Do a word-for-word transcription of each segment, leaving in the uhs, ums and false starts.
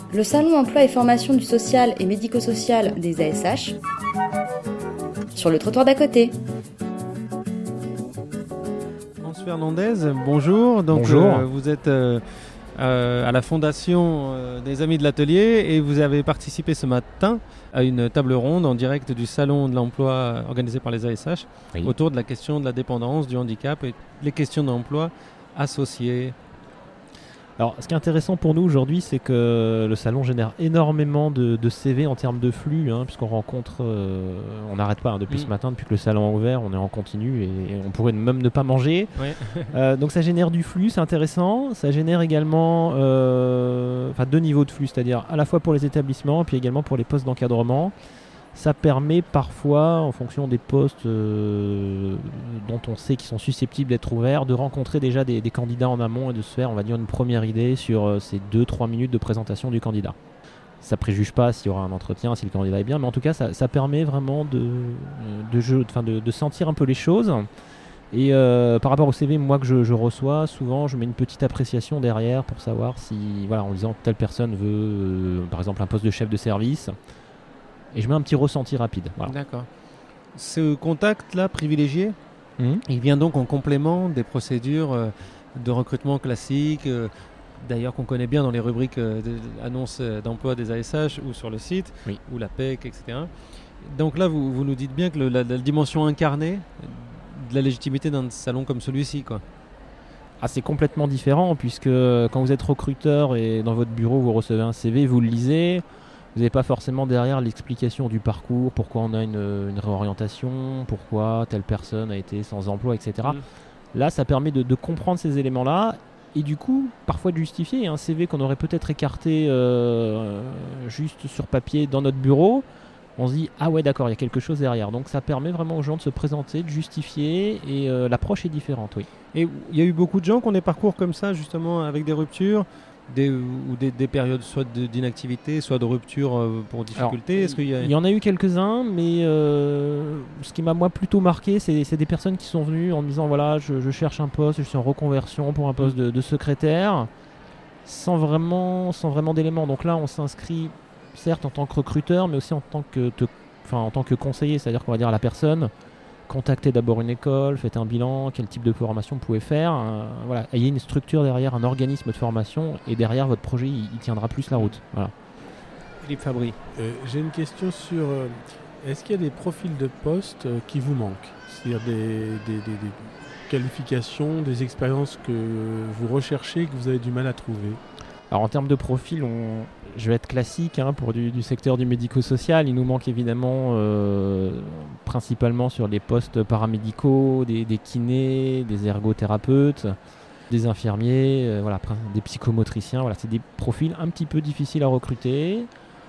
le Salon Emploi et Formation du Social et Médico-Social des A S H, sur le trottoir d'à côté. France Fernandez, bonjour. Donc, bonjour. Euh, vous êtes euh, euh, à la fondation euh, des Amis de l'Atelier et vous avez participé ce matin à une table ronde en direct du Salon de l'Emploi organisé par les A S H oui. autour de la question de la dépendance, du handicap et les questions d'emploi associées. Alors, ce qui est intéressant pour nous aujourd'hui, c'est que le salon génère énormément de, de C V en termes de flux, hein, puisqu'on rencontre, euh, on n'arrête pas hein, depuis mmh. ce matin, depuis que le salon est ouvert, on est en continu et, et on pourrait même ne pas manger. Ouais. euh, donc ça génère du flux, c'est intéressant. Ça génère également euh, deux niveaux de flux, c'est-à-dire à la fois pour les établissements, puis également pour les postes d'encadrement. Ça permet parfois, en fonction des postes euh, dont on sait qu'ils sont susceptibles d'être ouverts, de rencontrer déjà des, des candidats en amont et de se faire, on va dire, une première idée sur euh, ces deux trois minutes de présentation du candidat. Ça ne préjuge pas s'il y aura un entretien, si le candidat est bien, mais en tout cas, ça, ça permet vraiment de, de, jeu, de, de sentir un peu les choses. Et euh, par rapport au C V, moi que je, je reçois, souvent je mets une petite appréciation derrière pour savoir si, voilà, en disant que telle personne veut, euh, par exemple, un poste de chef de service. Et je mets un petit ressenti rapide. Voilà. D'accord. Ce contact-là privilégié, mmh. il vient donc en complément des procédures euh, de recrutement classiques, euh, d'ailleurs qu'on connaît bien dans les rubriques euh, d'annonces d'emploi des A S H ou sur le site, oui. ou la P E C, et cetera. Donc là, vous, vous nous dites bien que le, la, la dimension incarnée de la légitimité d'un salon comme celui-ci, quoi. Ah, c'est complètement différent, puisque quand vous êtes recruteur et dans votre bureau, vous recevez un C V, vous le lisez. Vous n'avez pas forcément derrière l'explication du parcours, pourquoi on a une, une réorientation, pourquoi telle personne a été sans emploi, et cetera. Mmh. Là, ça permet de, de comprendre ces éléments-là et du coup, parfois de justifier un C V qu'on aurait peut-être écarté euh, juste sur papier dans notre bureau. On se dit, ah ouais, d'accord, il y a quelque chose derrière. Donc ça permet vraiment aux gens de se présenter, de justifier et euh, l'approche est différente, oui. Et il y a eu beaucoup de gens qui ont des parcours comme ça, justement, avec des ruptures Des, ou des, des périodes soit de, d'inactivité, soit de rupture euh, pour difficulté. Alors, Est-ce qu'il y a... Il y en a eu quelques-uns, mais euh, ce qui m'a moi plutôt marqué, c'est, c'est des personnes qui sont venues en me disant voilà, je, je cherche un poste, je suis en reconversion pour un poste de, de secrétaire, sans vraiment, sans vraiment d'éléments. Donc là, on s'inscrit certes en tant que recruteur, mais aussi en tant que, te, en tant que conseiller, c'est-à-dire qu'on va dire à la personne contactez d'abord une école, faites un bilan, quel type de formation vous pouvez faire. Euh, voilà, ayez une structure derrière, un organisme de formation, et derrière votre projet, il, il tiendra plus la route. Voilà. Philippe Fabry. Euh, j'ai une question sur, euh, est-ce qu'il y a des profils de poste euh, qui vous manquent ? C'est-à-dire des, des, des, des qualifications, des expériences que vous recherchez et que vous avez du mal à trouver ? Alors en termes de profil, on... je vais être classique hein, pour du, du secteur du médico-social. Il nous manque évidemment euh, principalement sur les postes paramédicaux, des, des kinés, des ergothérapeutes, des infirmiers, euh, voilà, des psychomotriciens. Voilà, c'est des profils un petit peu difficiles à recruter.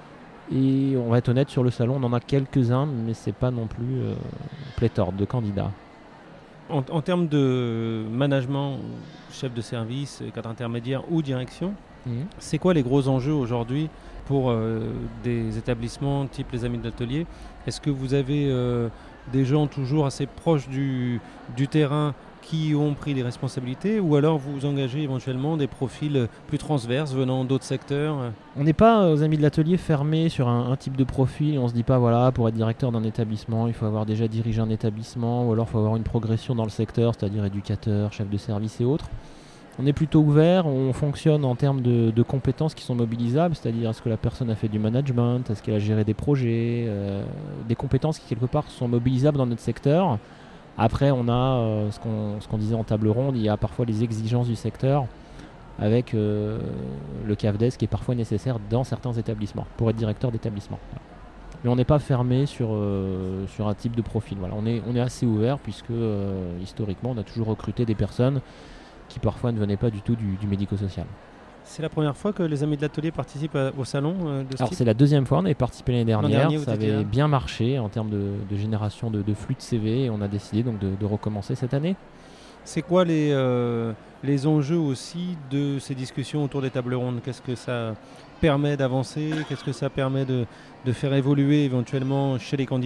Et on va être honnête, sur le salon, on en a quelques-uns, mais c'est pas non plus euh, pléthore de candidats. En, en termes de management, chef de service, cadre intermédiaire ou direction, Mmh. c'est quoi les gros enjeux aujourd'hui pour euh, des établissements type les Amis de l'Atelier ? Est-ce que vous avez euh, des gens toujours assez proches du, du terrain qui ont pris des responsabilités ou alors vous engagez éventuellement des profils plus transverses venant d'autres secteurs ? On n'est pas aux Amis de l'Atelier fermés sur un, un type de profil. On ne se dit pas voilà, pour être directeur d'un établissement, il faut avoir déjà dirigé un établissement ou alors il faut avoir une progression dans le secteur, c'est-à-dire éducateur, chef de service et autres. On est plutôt ouvert, on fonctionne en termes de, de compétences qui sont mobilisables, c'est-à-dire est-ce que la personne a fait du management, est-ce qu'elle a géré des projets, euh, des compétences qui quelque part sont mobilisables dans notre secteur. Après, on a euh, ce, qu'on, ce qu'on disait en table ronde, il y a parfois les exigences du secteur avec euh, le C A F D E S qui est parfois nécessaire dans certains établissements pour être directeur d'établissement. Mais on n'est pas fermé sur, euh, sur un type de profil. Voilà, on est, on est assez ouvert puisque euh, historiquement, on a toujours recruté des personnes qui parfois ne venaient pas du tout du, du médico-social. C'est la première fois que les Amis de l'Atelier participent à, au salon euh, de ce Alors type ? C'est la deuxième fois, on avait participé l'année dernière, L'an dernier, ça avait bien marché en termes de, de génération de, de flux de C V et on a décidé donc de, de recommencer cette année. C'est quoi les, euh, les enjeux aussi de ces discussions autour des tables rondes ? Qu'est-ce que ça permet d'avancer ? Qu'est-ce que ça permet de, de faire évoluer éventuellement chez les candidats ?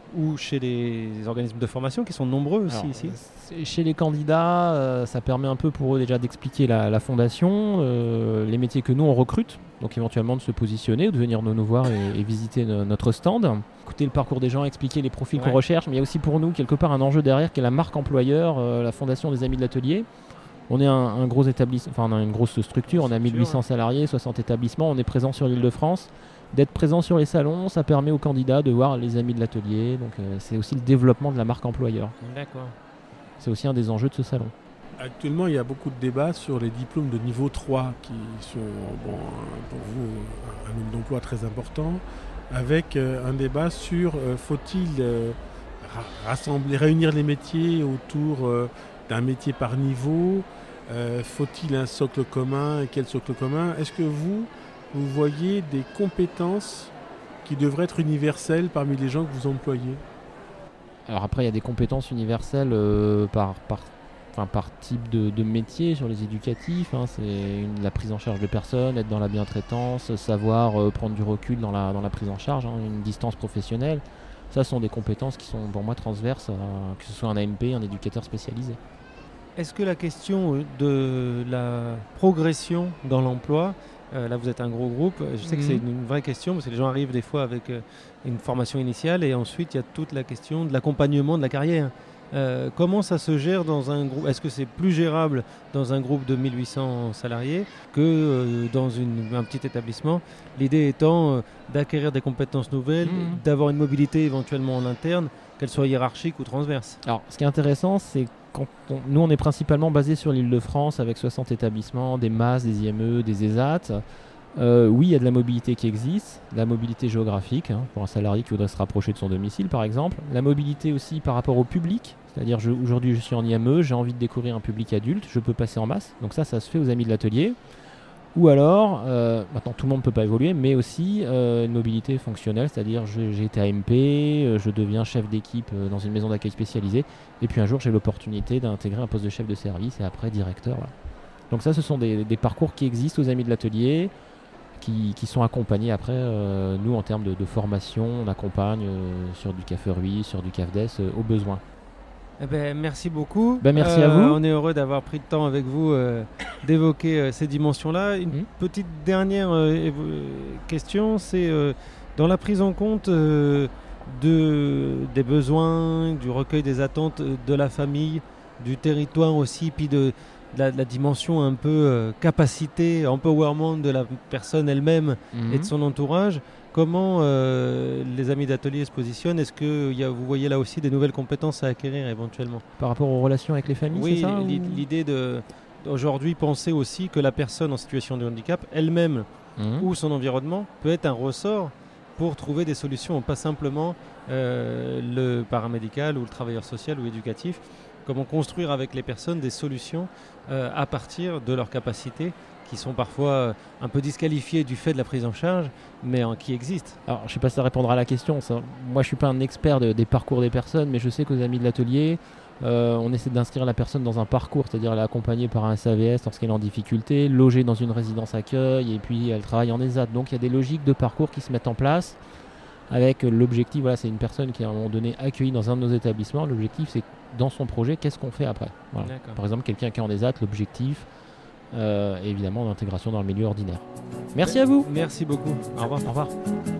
ou chez les organismes de formation qui sont nombreux aussi Alors, ici? Chez les candidats, euh, ça permet un peu pour eux déjà d'expliquer la, la fondation, euh, les métiers que nous on recrute, donc éventuellement de se positionner ou de venir nous, nous voir et, et visiter no, notre stand. Écouter le parcours des gens, expliquer les profils ouais. qu'on recherche, mais il y a aussi pour nous quelque part un enjeu derrière qui est la marque employeur, euh, la fondation des Amis de l'Atelier. On est un, un gros établissement, enfin on a une grosse structure, on a mille huit cents salariés, soixante établissements, on est présent sur l'Île-de-France. D'être présent sur les salons, ça permet aux candidats de voir les Amis de l'Atelier, donc euh, c'est aussi le développement de la marque employeur. D'accord. C'est aussi un des enjeux de ce salon. Actuellement, il y a beaucoup de débats sur les diplômes de niveau trois qui sont bon, pour vous un nombre d'emplois très important, avec euh, un débat sur euh, faut-il euh, rassembler, réunir les métiers autour euh, d'un métier par niveau, euh, faut-il un socle commun et quel socle commun? Est-ce que vous, vous voyez des compétences qui devraient être universelles parmi les gens que vous employez? Alors après, il y a des compétences universelles euh, par, par, enfin, par type de, de métier sur les éducatifs. Hein, c'est une, la prise en charge de personnes, être dans la bientraitance, savoir euh, prendre du recul dans la, dans la prise en charge, hein, une distance professionnelle. Ça sont des compétences qui sont pour moi transverses, euh, que ce soit un A M P, un éducateur spécialisé. Est-ce que la question de la progression dans l'emploi, Euh, là, vous êtes un gros groupe. Je sais mmh. que c'est une, une vraie question parce que les gens arrivent des fois avec euh, une formation initiale et ensuite il y a toute la question de l'accompagnement de la carrière. Euh, comment ça se gère dans un groupe? Est-ce que c'est plus gérable dans un groupe de mille huit cents salariés que euh, dans une, un petit établissement? L'idée étant euh, d'acquérir des compétences nouvelles, mmh. d'avoir une mobilité éventuellement en interne, qu'elle soit hiérarchique ou transverse. Alors, ce qui est intéressant, c'est quand on, nous, on est principalement basé sur l'Île-de-France avec soixante établissements, des M A S, des I M E, des E S A T. Euh, oui, il y a de la mobilité qui existe, de la mobilité géographique, hein, pour un salarié qui voudrait se rapprocher de son domicile, par exemple. La mobilité aussi par rapport au public, c'est-à-dire je, aujourd'hui, je suis en I M E, j'ai envie de découvrir un public adulte, je peux passer en masse. Donc ça, ça se fait aux Amis de l'Atelier. Ou alors, euh, maintenant tout le monde ne peut pas évoluer, mais aussi euh, une mobilité fonctionnelle, c'est-à-dire je, j'ai été A M P, euh, je deviens chef d'équipe euh, dans une maison d'accueil spécialisée, et puis un jour j'ai l'opportunité d'intégrer un poste de chef de service et après directeur. Voilà. Donc ça, ce sont des, des parcours qui existent aux Amis de l'Atelier, qui, qui sont accompagnés après, euh, nous en termes de, de formation, on accompagne euh, sur du C A F E R U I, sur du C A F D E S, euh, au besoin. Eh ben, merci beaucoup. Ben, merci euh, à vous. On est heureux d'avoir pris le temps avec vous euh, d'évoquer euh, ces dimensions-là. Une mmh. petite dernière euh, évo- question, c'est euh, dans la prise en compte euh, de, des besoins, du recueil des attentes de la famille, du territoire aussi, puis de, de, la, de la dimension un peu euh, capacité, empowerment de la personne elle-même mmh. et de son entourage. Comment euh, les Amis d'Atelier se positionnent? Est-ce que y a, vous voyez là aussi des nouvelles compétences à acquérir éventuellement? Par rapport aux relations avec les familles, oui, c'est ça? Oui, ou... l'idée de, d'aujourd'hui penser aussi que la personne en situation de handicap, elle-même mmh. ou son environnement, peut être un ressort pour trouver des solutions, pas simplement euh, le paramédical ou le travailleur social ou éducatif. Comment construire avec les personnes des solutions euh, à partir de leurs capacités qui sont parfois un peu disqualifiés du fait de la prise en charge, mais en, qui existent. Alors, je ne sais pas si ça répondra à la question. Ça. Moi, je ne suis pas un expert de, des parcours des personnes, mais je sais qu'aux Amis de l'Atelier, euh, on essaie d'inscrire la personne dans un parcours, c'est-à-dire elle est accompagnée par un S A V S lorsqu'elle est en difficulté, logée dans une résidence accueil, et puis elle travaille en E S A T. Donc, il y a des logiques de parcours qui se mettent en place avec l'objectif, voilà, c'est une personne qui est à un moment donné accueillie dans un de nos établissements. L'objectif, c'est dans son projet, qu'est-ce qu'on fait après? Voilà. Par exemple, quelqu'un qui est en E S A T, l'objectif, Euh, et évidemment l'intégration dans le milieu ordinaire. Merci à vous. Merci beaucoup. Au revoir. Au revoir.